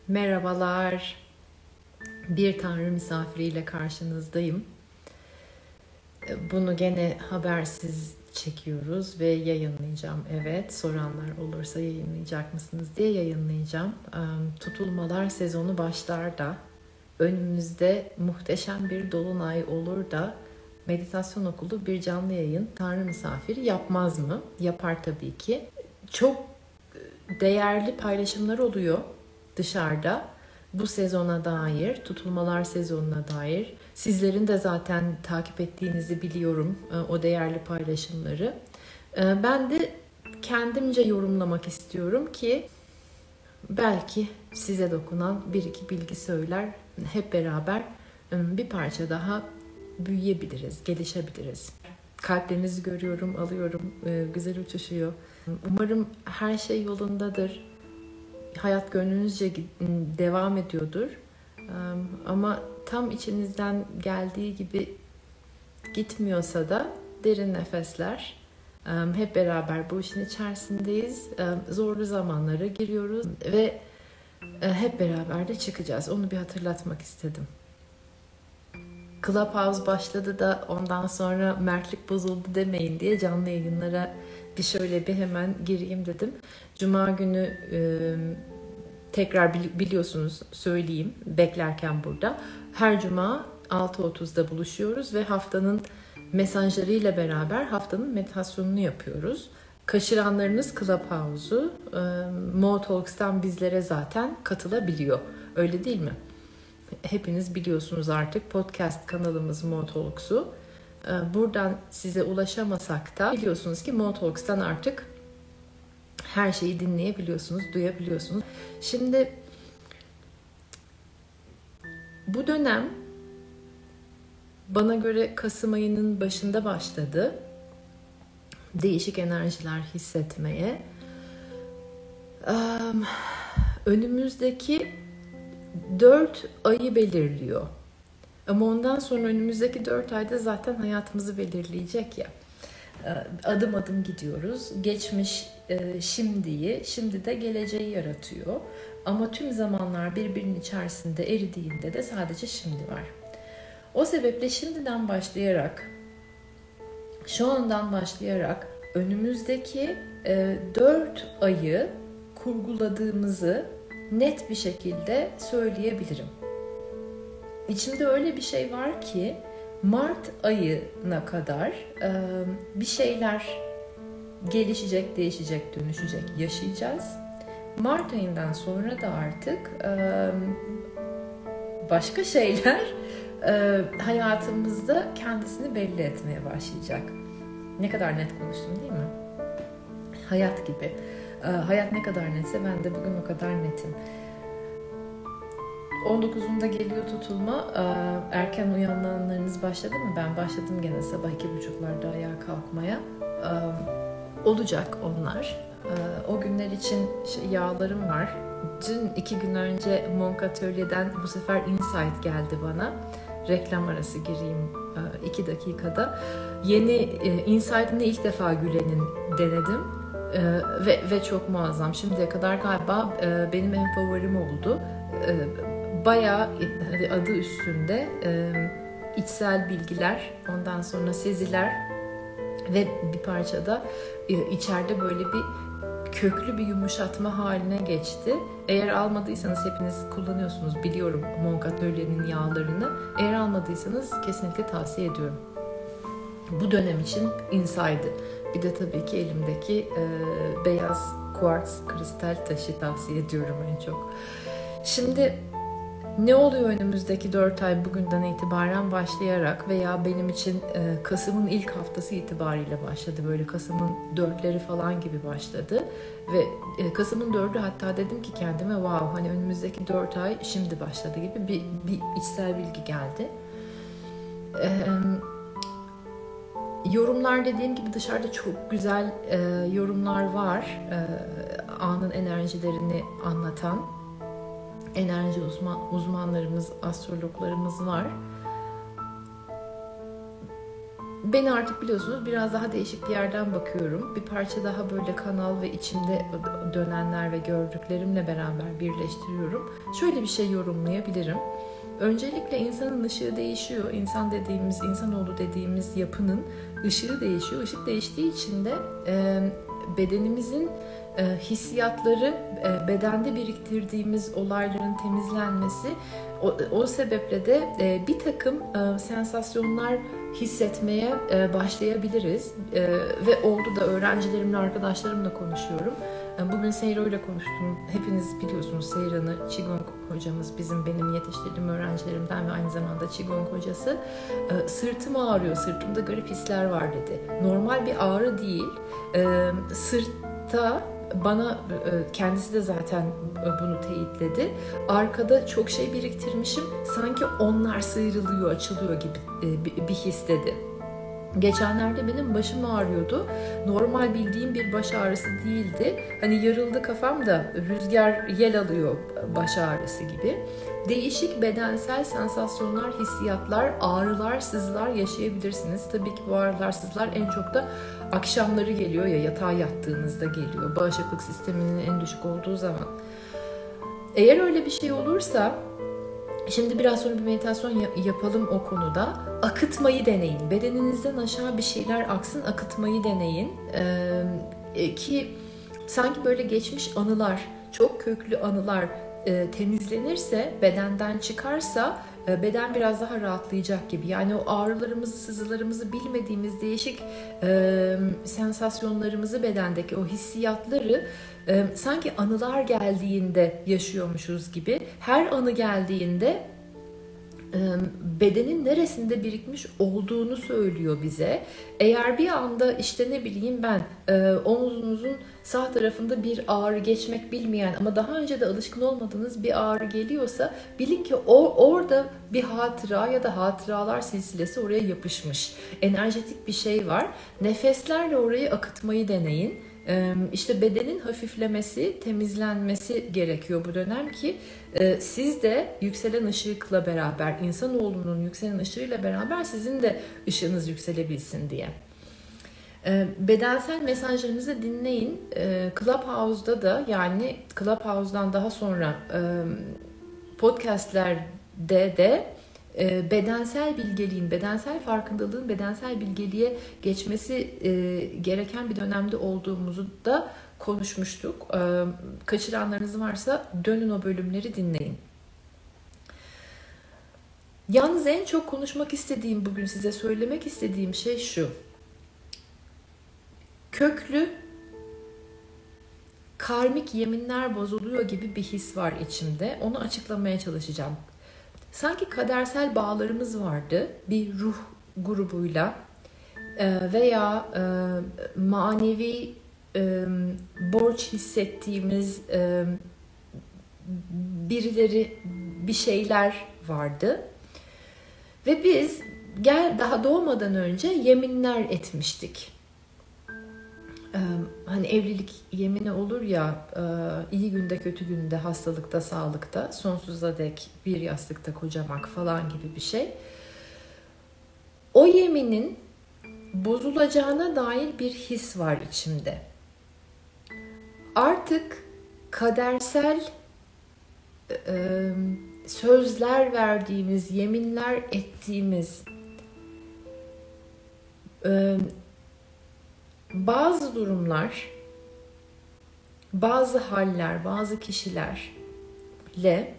Merhabalar, bir tanrı misafiriyle karşınızdayım. Bunu gene habersiz çekiyoruz ve yayınlayacağım. Evet, soranlar olursa yayınlayacak mısınız diye yayınlayacağım. Tutulmalar sezonu başlar da, önümüzde muhteşem bir dolunay olur da, meditasyon okulu bir canlı yayın tanrı misafiri yapmaz mı? Yapar tabii ki. Çok değerli paylaşımlar oluyor dışarıda. Bu sezona dair, tutulmalar sezonuna dair. Sizlerin de zaten takip ettiğinizi biliyorum o değerli paylaşımları. Ben de kendimce yorumlamak istiyorum ki belki size dokunan bir iki bilgi söyler. Hep beraber bir parça daha büyüyebiliriz, gelişebiliriz. Kalplerinizi görüyorum, alıyorum, güzel uçuşuyor. Umarım her şey yolundadır. Hayat gönlünüzce devam ediyordur. Ama tam içinizden geldiği gibi gitmiyorsa da derin nefesler. Hep beraber bu işin içerisindeyiz. Zorlu zamanlara giriyoruz ve hep beraber de çıkacağız. Onu bir hatırlatmak istedim. Clubhouse başladı da ondan sonra mertlik bozuldu demeyin diye canlı yayınlara bir hemen gireyim dedim. Cuma günü tekrar biliyorsunuz söyleyeyim beklerken burada. Her cuma 6.30'da buluşuyoruz ve haftanın mesajlarıyla beraber haftanın meditasyonunu yapıyoruz. Kaçıranlarınız Clubhouse'u Mo Talks'tan bizlere zaten katılabiliyor. Öyle değil mi? Hepiniz biliyorsunuz artık podcast kanalımız Mo Talks'u. Buradan size ulaşamasak da biliyorsunuz ki Mo Talks'tan artık her şeyi dinleyebiliyorsunuz, duyabiliyorsunuz. Şimdi bu dönem bana göre Kasım ayının başında başladı. Değişik enerjiler hissetmeye. Önümüzdeki 4 ayı belirliyor. Ama ondan sonra önümüzdeki 4 ayda zaten hayatımızı belirleyecek ya. Adım adım gidiyoruz. Geçmiş şimdiyi, şimdi de geleceği yaratıyor. Ama tüm zamanlar birbirinin içerisinde eridiğinde de sadece şimdi var. O sebeple şimdiden başlayarak, şu andan başlayarak önümüzdeki 4 ayı kurguladığımızı net bir şekilde söyleyebilirim. İçimde öyle bir şey var ki Mart ayına kadar bir şeyler gelişecek, değişecek, dönüşecek, yaşayacağız. Mart ayından sonra da artık başka şeyler hayatımızda kendisini belli etmeye başlayacak. Ne kadar net konuştum değil mi? Hayat gibi. Hayat ne kadar netse ben de bugün o kadar netim. 19'unda geliyor tutulma. Erken uyananlarınız başladı mı? Ben başladım gene sabah 2.30'larda ayağa kalkmaya. Olacak onlar. O günler için yağlarım var. Dün 2 gün önce Monk Atölye'den bu sefer insight geldi bana. Reklam arası gireyim 2 dakikada. Yeni insight'ını ilk defa Gülen'in denedim. Ve çok muazzam. Şimdiye kadar galiba benim en favorim oldu. Bayağı adı üstünde içsel bilgiler, ondan sonra seziler ve bir parçada içeride böyle bir köklü bir yumuşatma haline geçti. Eğer almadıysanız hepiniz kullanıyorsunuz biliyorum Monk Atölye'nin yağlarını. Eğer almadıysanız kesinlikle tavsiye ediyorum. Bu dönem için Inside'ı. Bir de tabii ki elimdeki beyaz kuartz kristal taşı tavsiye ediyorum en çok. Şimdi ne oluyor önümüzdeki 4 ay bugünden itibaren başlayarak veya benim için Kasım'ın ilk haftası itibariyle başladı. Böyle Kasım'ın 4'leri falan gibi başladı. Ve Kasım'ın 4'ü hatta dedim ki kendime wow hani önümüzdeki 4 ay şimdi başladı gibi bir içsel bilgi geldi. Yorumlar dediğim gibi dışarıda çok güzel yorumlar var. Anın enerjilerini anlatan. Enerji uzmanlarımız, astrologlarımız var. beni artık biliyorsunuz biraz daha değişik bir yerden bakıyorum. Bir parça daha böyle kanal ve içimde dönenler ve gördüklerimle beraber birleştiriyorum. Şöyle bir şey yorumlayabilirim. Öncelikle insanın ışığı değişiyor. İnsan dediğimiz, insanoğlu dediğimiz yapının ışığı değişiyor. Işık değiştiği için de bedenimizin hissiyatları, bedende biriktirdiğimiz olayların temizlenmesi, o sebeple de bir takım sensasyonlar hissetmeye başlayabiliriz. Ve oldu da öğrencilerimle, arkadaşlarımla konuşuyorum. Bugün Seyro ile konuştum. Hepiniz biliyorsunuz Seyran'ı, Qigong hocamız, benim yetiştirdiğim öğrencilerimden ve aynı zamanda Qigong hocası. Sırtım ağrıyor, sırtımda garip hisler var dedi. Normal bir ağrı değil. Sırtta bana, kendisi de zaten bunu teyitledi. Arkada çok şey biriktirmişim. Sanki onlar sıyrılıyor, açılıyor gibi bir his dedi. Geçenlerde benim başım ağrıyordu. Normal bildiğim bir baş ağrısı değildi. Hani yarıldı kafam da rüzgar yel alıyor baş ağrısı gibi. Değişik bedensel sensasyonlar, hissiyatlar, ağrılar, sızılar yaşayabilirsiniz. Tabii ki bu ağrılar, sızılar en çok da akşamları geliyor ya, yatağa yattığınızda geliyor. Bağışıklık sisteminin en düşük olduğu zaman. Eğer öyle bir şey olursa, şimdi biraz sonra bir meditasyon yapalım o konuda. Akıtmayı deneyin. Bedeninizden aşağı bir şeyler aksın, akıtmayı deneyin. Ki sanki böyle geçmiş anılar, çok köklü anılar temizlenirse, bedenden çıkarsa beden biraz daha rahatlayacak gibi. Yani o ağrılarımızı, sızılarımızı, bilmediğimiz değişik sensasyonlarımızı, bedendeki o hissiyatları sanki anılar geldiğinde yaşıyormuşuz gibi. Her anı geldiğinde bedenin neresinde birikmiş olduğunu söylüyor bize. Eğer bir anda işte ne bileyim ben omuzunuzun sağ tarafında bir ağrı, geçmek bilmeyen ama daha önce de alışkın olmadığınız bir ağrı geliyorsa bilin ki orada bir hatıra ya da hatıralar silsilesi oraya yapışmış. Enerjetik bir şey var. Nefeslerle orayı akıtmayı deneyin. İşte bedenin hafiflemesi, temizlenmesi gerekiyor bu dönem ki siz de yükselen ışıkla beraber, insanoğlunun yükselen ışığıyla beraber sizin de ışığınız yükselebilsin diye. Bedensel mesajlarınızı dinleyin. Clubhouse'da da, yani Clubhouse'dan daha sonra podcastlerde de bedensel bilgeliğin, bedensel farkındalığın bedensel bilgeliğe geçmesi gereken bir dönemde olduğumuzu da konuşmuştuk. Kaçıranlarınız varsa dönün o bölümleri dinleyin. Yalnız en çok konuşmak istediğim, bugün size söylemek istediğim şey şu. Köklü, karmik yeminler bozuluyor gibi bir his var içimde. Onu açıklamaya çalışacağım. Sanki kadersel bağlarımız vardı bir ruh grubuyla veya manevi borç hissettiğimiz birileri, bir şeyler vardı. Ve biz daha doğmadan önce yeminler etmiştik. Hani evlilik yemini olur ya, iyi günde kötü günde, hastalıkta sağlıkta, sonsuza dek bir yastıkta kocamak falan gibi bir şey. O yeminin bozulacağına dair bir his var içimde. Artık kadersel sözler verdiğimiz, yeminler ettiğimiz bazı durumlar, bazı haller, bazı kişilerle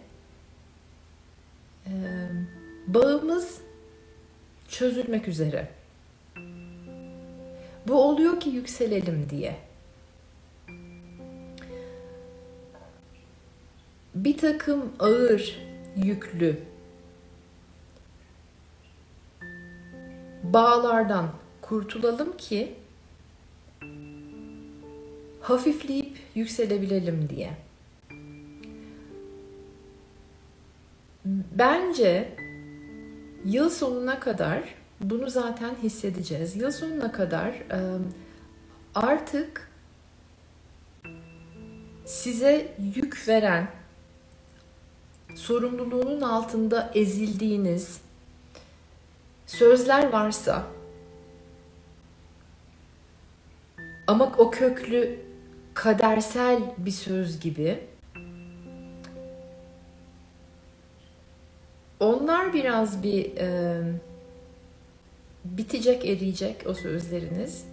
bağımız çözülmek üzere. Bu oluyor ki yükselelim diye. Bir takım ağır, yüklü bağlardan kurtulalım ki hafifleyip yükselebilelim diye. Bence yıl sonuna kadar bunu zaten hissedeceğiz. Yıl sonuna kadar artık size yük veren, sorumluluğunun altında ezildiğiniz sözler varsa Ama o köklü kadersel bir söz gibi. Onlar biraz bir bitecek, eriyecek o sözleriniz.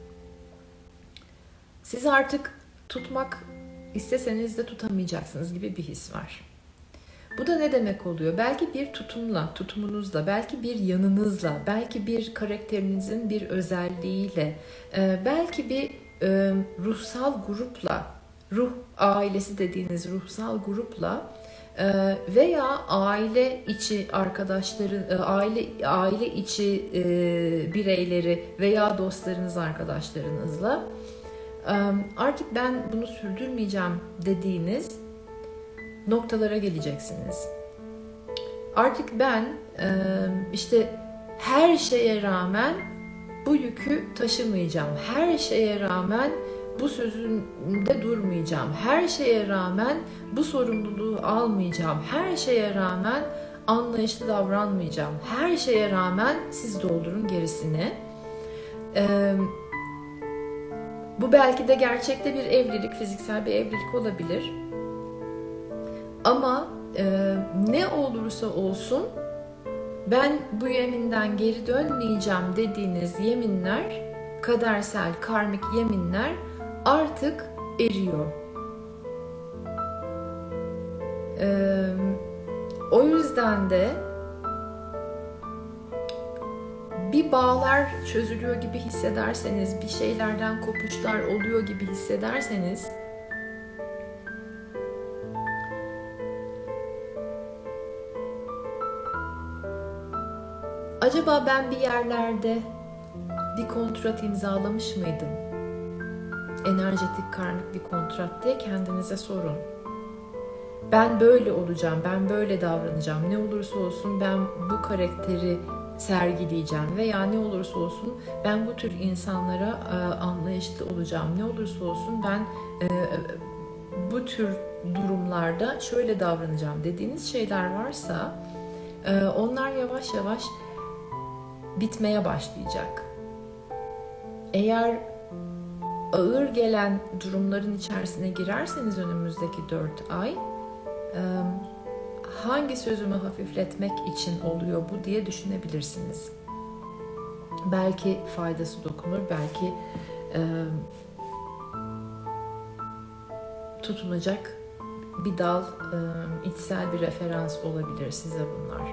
Siz artık tutmak isteseniz de tutamayacaksınız gibi bir his var. Bu da ne demek oluyor? Belki bir tutumunuzla, belki bir yanınızla, belki bir karakterinizin bir özelliğiyle, belki bir ruhsal grupla, ruh ailesi dediğiniz ruhsal grupla veya aile içi arkadaşların, aile içi bireyleri veya dostlarınız, arkadaşlarınızla artık ben bunu sürdürmeyeceğim dediğiniz noktalara geleceksiniz. Artık ben işte her şeye rağmen bu yükü taşımayacağım. Her şeye rağmen bu sözümde durmayacağım. Her şeye rağmen bu sorumluluğu almayacağım. Her şeye rağmen anlayışlı davranmayacağım. Her şeye rağmen siz doldurun gerisini. Bu belki de gerçekte bir evlilik, fiziksel bir evlilik olabilir. Ama ne olursa olsun ben bu yeminden geri dönmeyeceğim dediğiniz yeminler, kadersel, karmik yeminler artık eriyor. O yüzden de bir bağlar çözülüyor gibi hissederseniz, bir şeylerden kopuşlar oluyor gibi hissederseniz, acaba ben bir yerlerde bir kontrat imzalamış mıydım? Enerjetik, karmik bir kontrat diye kendinize sorun. Ben böyle olacağım, ben böyle davranacağım. Ne olursa olsun ben bu karakteri sergileyeceğim veya ne olursa olsun ben bu tür insanlara anlayışlı olacağım. Ne olursa olsun ben bu tür durumlarda şöyle davranacağım dediğiniz şeyler varsa onlar yavaş yavaş bitmeye başlayacak. Eğer ağır gelen durumların içerisine girerseniz önümüzdeki 4 ay hangi sözümü hafifletmek için oluyor bu diye düşünebilirsiniz. Belki faydası dokunur, belki tutunacak bir dal, içsel bir referans olabilir size bunlar.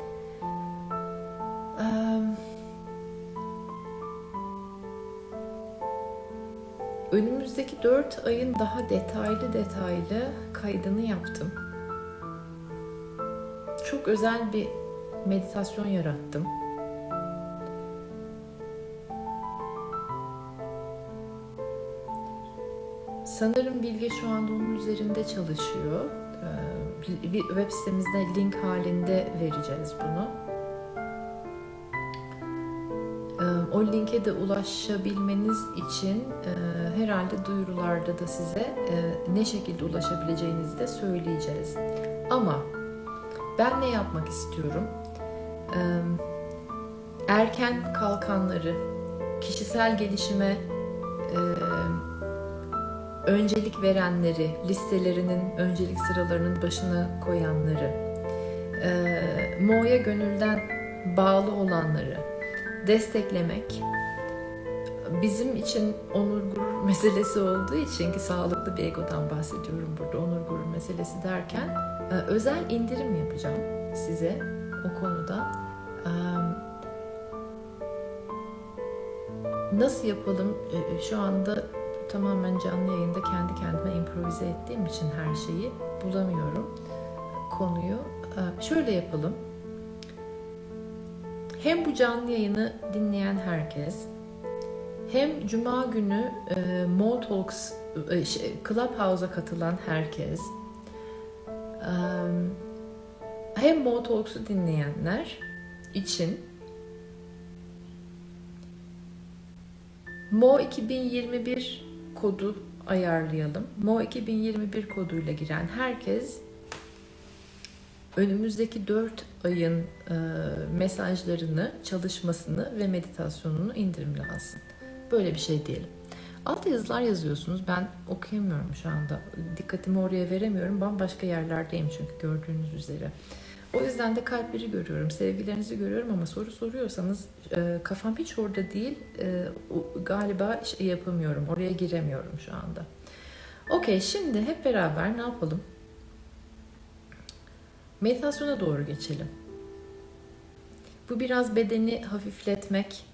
Önümüzdeki 4 ayın daha detaylı kaydını yaptım. Çok özel bir meditasyon yarattım. Sanırım Bilge şu anda onun üzerinde çalışıyor. Bir web sitemizde link halinde vereceğiz bunu. O linke de ulaşabilmeniz için herhalde duyurularda da size ne şekilde ulaşabileceğinizi de söyleyeceğiz. Ama ben ne yapmak istiyorum? Erken kalkanları, kişisel gelişime öncelik verenleri, listelerinin öncelik sıralarının başına koyanları, Mo'ya gönülden bağlı olanları desteklemek bizim için onur gurur meselesi olduğu için, ki sağlıklı bir egodan bahsediyorum burada, onur gurur meselesi derken özel indirim yapacağım size o konuda. Nasıl yapalım? Şu anda tamamen canlı yayında kendi kendime improvize ettiğim için her şeyi bulamıyorum konuyu. Şöyle yapalım. Hem bu canlı yayını dinleyen herkes, hem Cuma günü Mo Talks Clubhouse'a katılan herkes, hem Mo Talks'u dinleyenler için Mo 2021 kodu ayarlayalım. Mo 2021 koduyla giren herkes önümüzdeki 4 ayın mesajlarını, çalışmasını ve meditasyonunu indirimli alsın. Böyle bir şey diyelim. Alt yazılar yazıyorsunuz. Ben okuyamıyorum şu anda. Dikkatimi oraya veremiyorum. Bambaşka yerlerdeyim çünkü gördüğünüz üzere. O yüzden de kalpleri görüyorum, sevgilerinizi görüyorum ama soru soruyorsanız kafam hiç orada değil. Galiba yapamıyorum, oraya giremiyorum şu anda. Okey, şimdi hep beraber ne yapalım? Meditasyona doğru geçelim. Bu biraz bedeni hafifletmek,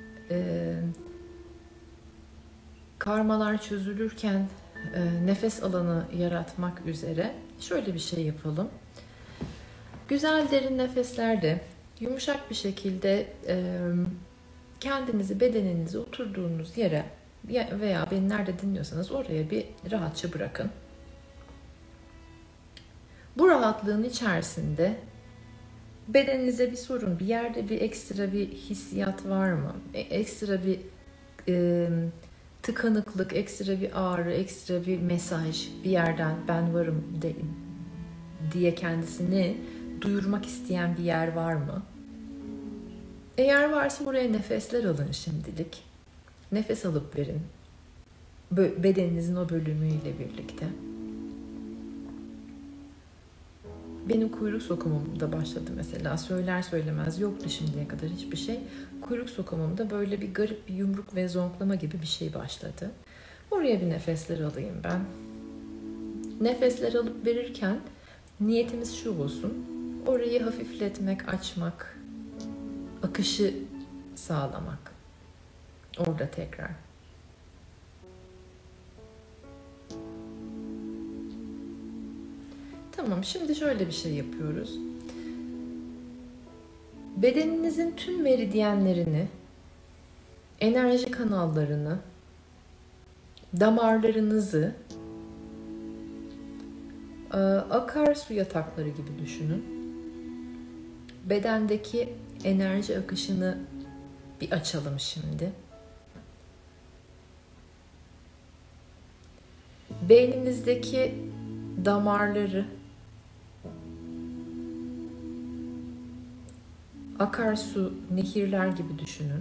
karmalar çözülürken nefes alanı yaratmak üzere şöyle bir şey yapalım. Güzel derin nefeslerde yumuşak bir şekilde kendinizi, bedeninizi oturduğunuz yere veya beni nerede dinliyorsanız oraya bir rahatça bırakın. Bu rahatlığın içerisinde bedeninize bir sorun, bir yerde bir ekstra bir hissiyat var mı? Ekstra bir tıkanıklık, ekstra bir ağrı, ekstra bir mesaj, bir yerden ben varım diye kendisini duyurmak isteyen bir yer var mı? Eğer varsa oraya nefesler alın şimdilik. Nefes alıp verin. Bedeninizin o bölümüyle birlikte. Benim kuyruk sokumumda başladı mesela. Söyler söylemez yoktu şimdiye kadar hiçbir şey. Kuyruk sokumumda böyle bir garip bir yumruk ve zonklama gibi bir şey başladı. Oraya bir nefesler alayım ben. Nefesler alıp verirken niyetimiz şu olsun. Orayı hafifletmek, açmak, akışı sağlamak. Orada tekrar. Tamam, şimdi şöyle bir şey yapıyoruz. Bedeninizin tüm meridyenlerini, enerji kanallarını, damarlarınızı akarsu yatakları gibi düşünün. Bedendeki enerji akışını bir açalım şimdi. Beyninizdeki damarları akarsu, nehirler gibi düşünün.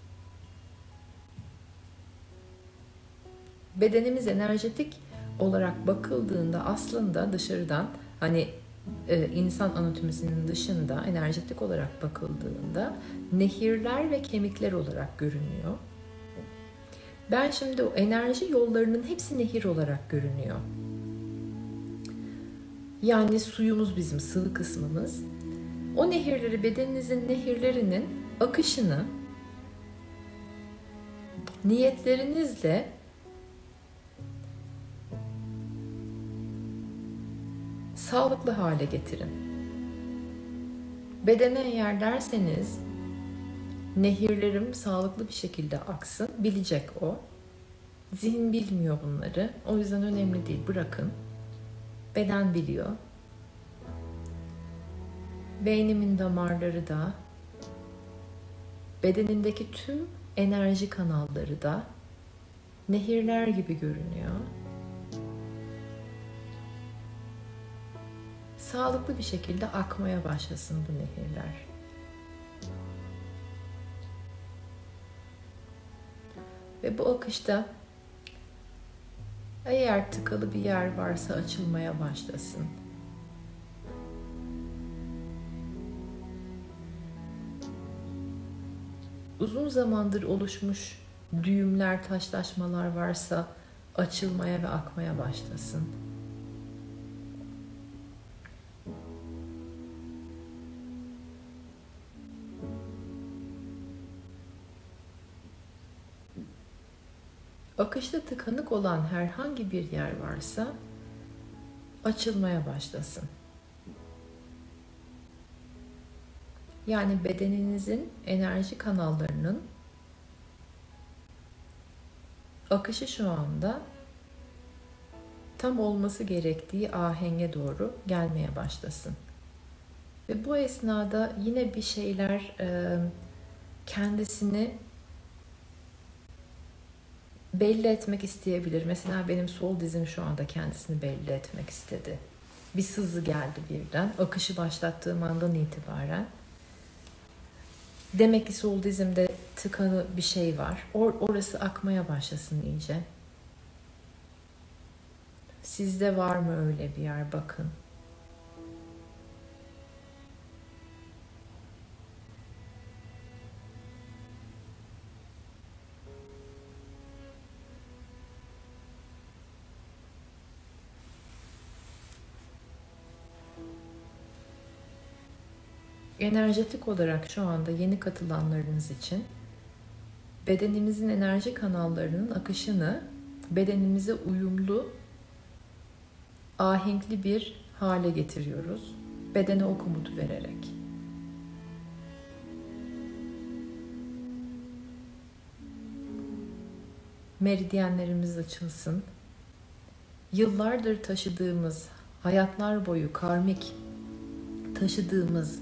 Bedenimiz enerjetik olarak bakıldığında aslında dışarıdan hani insan anatomisinin dışında enerjetik olarak bakıldığında nehirler ve kemikler olarak görünüyor. Ben şimdi o enerji yollarının hepsi nehir olarak görünüyor. Yani suyumuz bizim sıvı kısmımız. O nehirleri, bedeninizin nehirlerinin akışını niyetlerinizle sağlıklı hale getirin. Bedene eğer derseniz nehirlerim sağlıklı bir şekilde aksın, bilecek o. Zihin bilmiyor bunları. O yüzden önemli değil, bırakın. Beden biliyor. Beynimin damarları da, bedenimdeki tüm enerji kanalları da nehirler gibi görünüyor. Sağlıklı bir şekilde akmaya başlasın bu nehirler. Ve bu akışta eğer tıkalı bir yer varsa açılmaya başlasın. Uzun zamandır oluşmuş düğümler, taşlaşmalar varsa açılmaya ve akmaya başlasın. Akışta tıkanık olan herhangi bir yer varsa açılmaya başlasın. Yani bedeninizin enerji kanallarının akışı şu anda tam olması gerektiği ahenge doğru gelmeye başlasın. Ve bu esnada yine bir şeyler kendisini belli etmek isteyebilir. Mesela benim sol dizim şu anda kendisini belli etmek istedi. Bir sızı geldi birden. Akışı başlattığım andan itibaren. Demek ki sol dizimde tıkanı bir şey var. Orası akmaya başlasın iyice. Sizde var mı öyle bir yer? Bakın. Enerjetik olarak şu anda yeni katılanlarınız için bedeninizin enerji kanallarının akışını bedenimize uyumlu, ahenkli bir hale getiriyoruz. Bedene o komutu vererek. Meridyenlerimiz açılsın. Yıllardır taşıdığımız, hayatlar boyu karmik taşıdığımız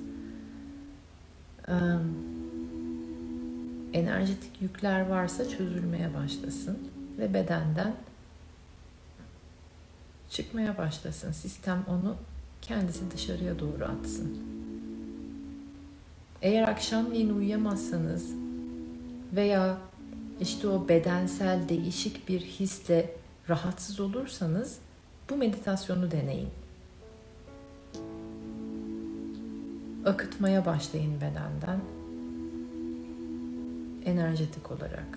enerjetik yükler varsa çözülmeye başlasın ve bedenden çıkmaya başlasın. Sistem onu kendisi dışarıya doğru atsın. Eğer akşamleyin uyuyamazsanız veya işte o bedensel değişik bir hisle rahatsız olursanız bu meditasyonu deneyin. Akıtmaya başlayın bedenden, enerjetik olarak.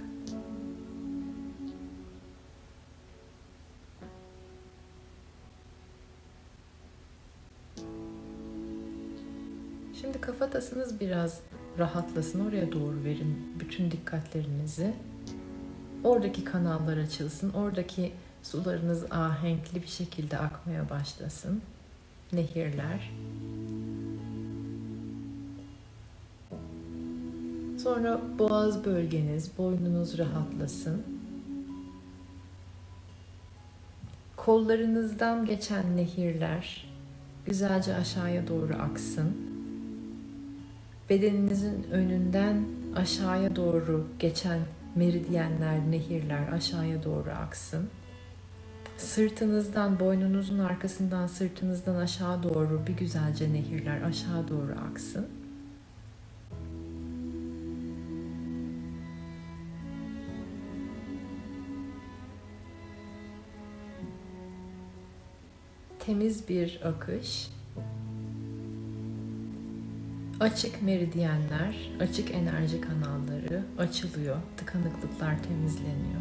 Şimdi kafatasınız biraz rahatlasın, oraya doğru verin bütün dikkatlerinizi. Oradaki kanallar açılsın, oradaki sularınız ahenkli bir şekilde akmaya başlasın. Nehirler. Sonra boğaz bölgeniz, boynunuz rahatlasın. Kollarınızdan geçen nehirler güzelce aşağıya doğru aksın. Bedeninizin önünden aşağıya doğru geçen meridyenler, nehirler aşağıya doğru aksın. Sırtınızdan, boynunuzun arkasından, sırtınızdan aşağı doğru bir güzelce nehirler aşağı doğru aksın. Temiz bir akış. Açık meridyenler, açık enerji kanalları açılıyor. Tıkanıklıklar temizleniyor.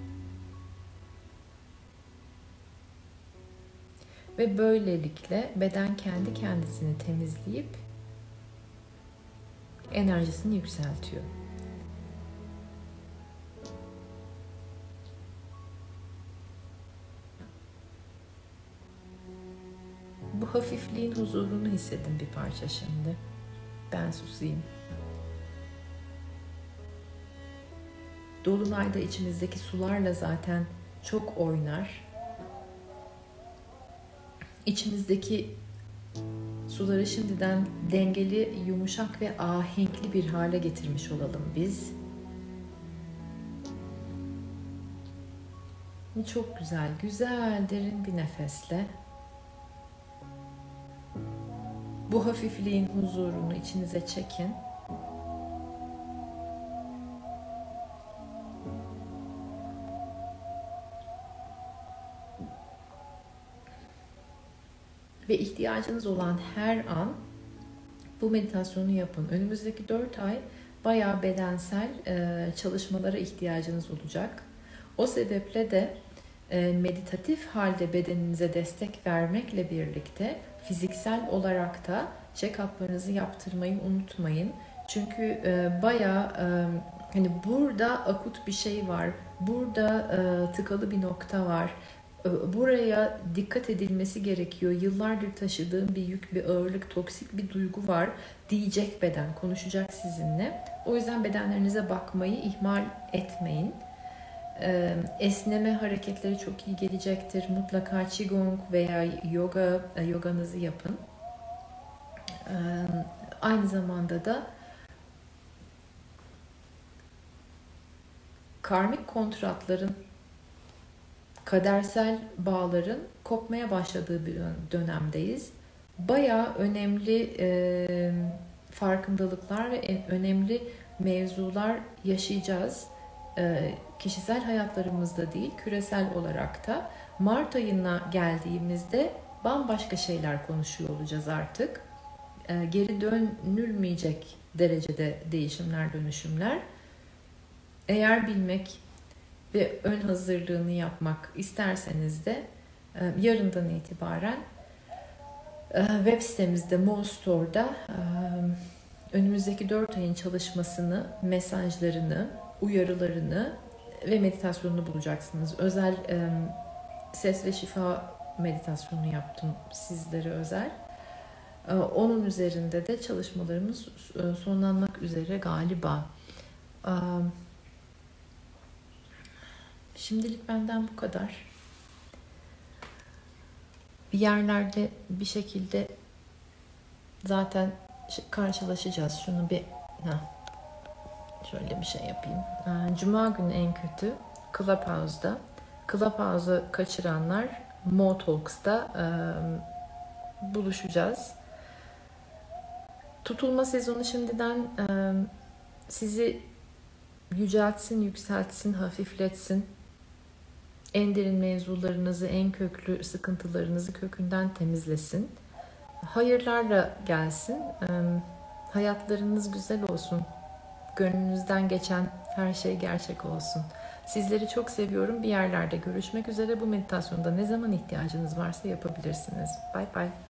Ve böylelikle beden kendi kendisini temizleyip enerjisini yükseltiyor. Bu hafifliğin huzurunu hissedin bir parça şimdi. Ben susayım. Dolunayda içimizdeki sularla zaten çok oynar. İçimizdeki suları şimdiden dengeli, yumuşak ve ahenkli bir hale getirmiş olalım biz. Çok güzel, güzel derin bir nefesle bu hafifliğin huzurunu içinize çekin. Ve ihtiyacınız olan her an bu meditasyonu yapın. Önümüzdeki 4 ay bayağı bedensel çalışmalara ihtiyacınız olacak. O sebeple de meditatif halde bedeninize destek vermekle birlikte fiziksel olarak da check-up'larınızı yaptırmayı unutmayın. Çünkü bayağı hani burada akut bir şey var, burada tıkalı bir nokta var. Buraya dikkat edilmesi gerekiyor. Yıllardır taşıdığım bir yük, bir ağırlık, toksik bir duygu var diyecek beden, konuşacak sizinle. O yüzden bedenlerinize bakmayı ihmal etmeyin. Esneme hareketleri çok iyi gelecektir. Mutlaka Qigong veya yoganızı yapın. Aynı zamanda da karmik kontratların, kadersel bağların kopmaya başladığı bir dönemdeyiz. Bayağı önemli farkındalıklar ve önemli mevzular yaşayacağız. Kişisel hayatlarımızda değil, küresel olarak da. Mart ayına geldiğimizde bambaşka şeyler konuşuyor olacağız artık. Geri dönülmeyecek derecede değişimler, dönüşümler. Eğer bilmek ve ön hazırlığını yapmak isterseniz de yarından itibaren web sitemizde MoStore'da önümüzdeki 4 ayın çalışmasını, mesajlarını, uyarılarını ve meditasyonunu bulacaksınız. Özel ses ve şifa meditasyonu yaptım sizlere özel. Onun üzerinde de çalışmalarımız sonlanmak üzere galiba. Şimdilik benden bu kadar. Bir yerlerde bir şekilde zaten karşılaşacağız. Şunu bir şöyle bir şey yapayım. Cuma günü en kötü Clubhouse'da. Clubhouse'u kaçıranlar Mo Talks'ta buluşacağız. Tutulma sezonu şimdiden sizi yüceltsin, yükseltsin, hafifletsin. En derin mevzularınızı, en köklü sıkıntılarınızı kökünden temizlesin. Hayırlarla gelsin. Hayatlarınız güzel olsun. Gönlünüzden geçen her şey gerçek olsun. Sizleri çok seviyorum. Bir yerlerde görüşmek üzere. Bu meditasyonda ne zaman ihtiyacınız varsa yapabilirsiniz. Bye bye.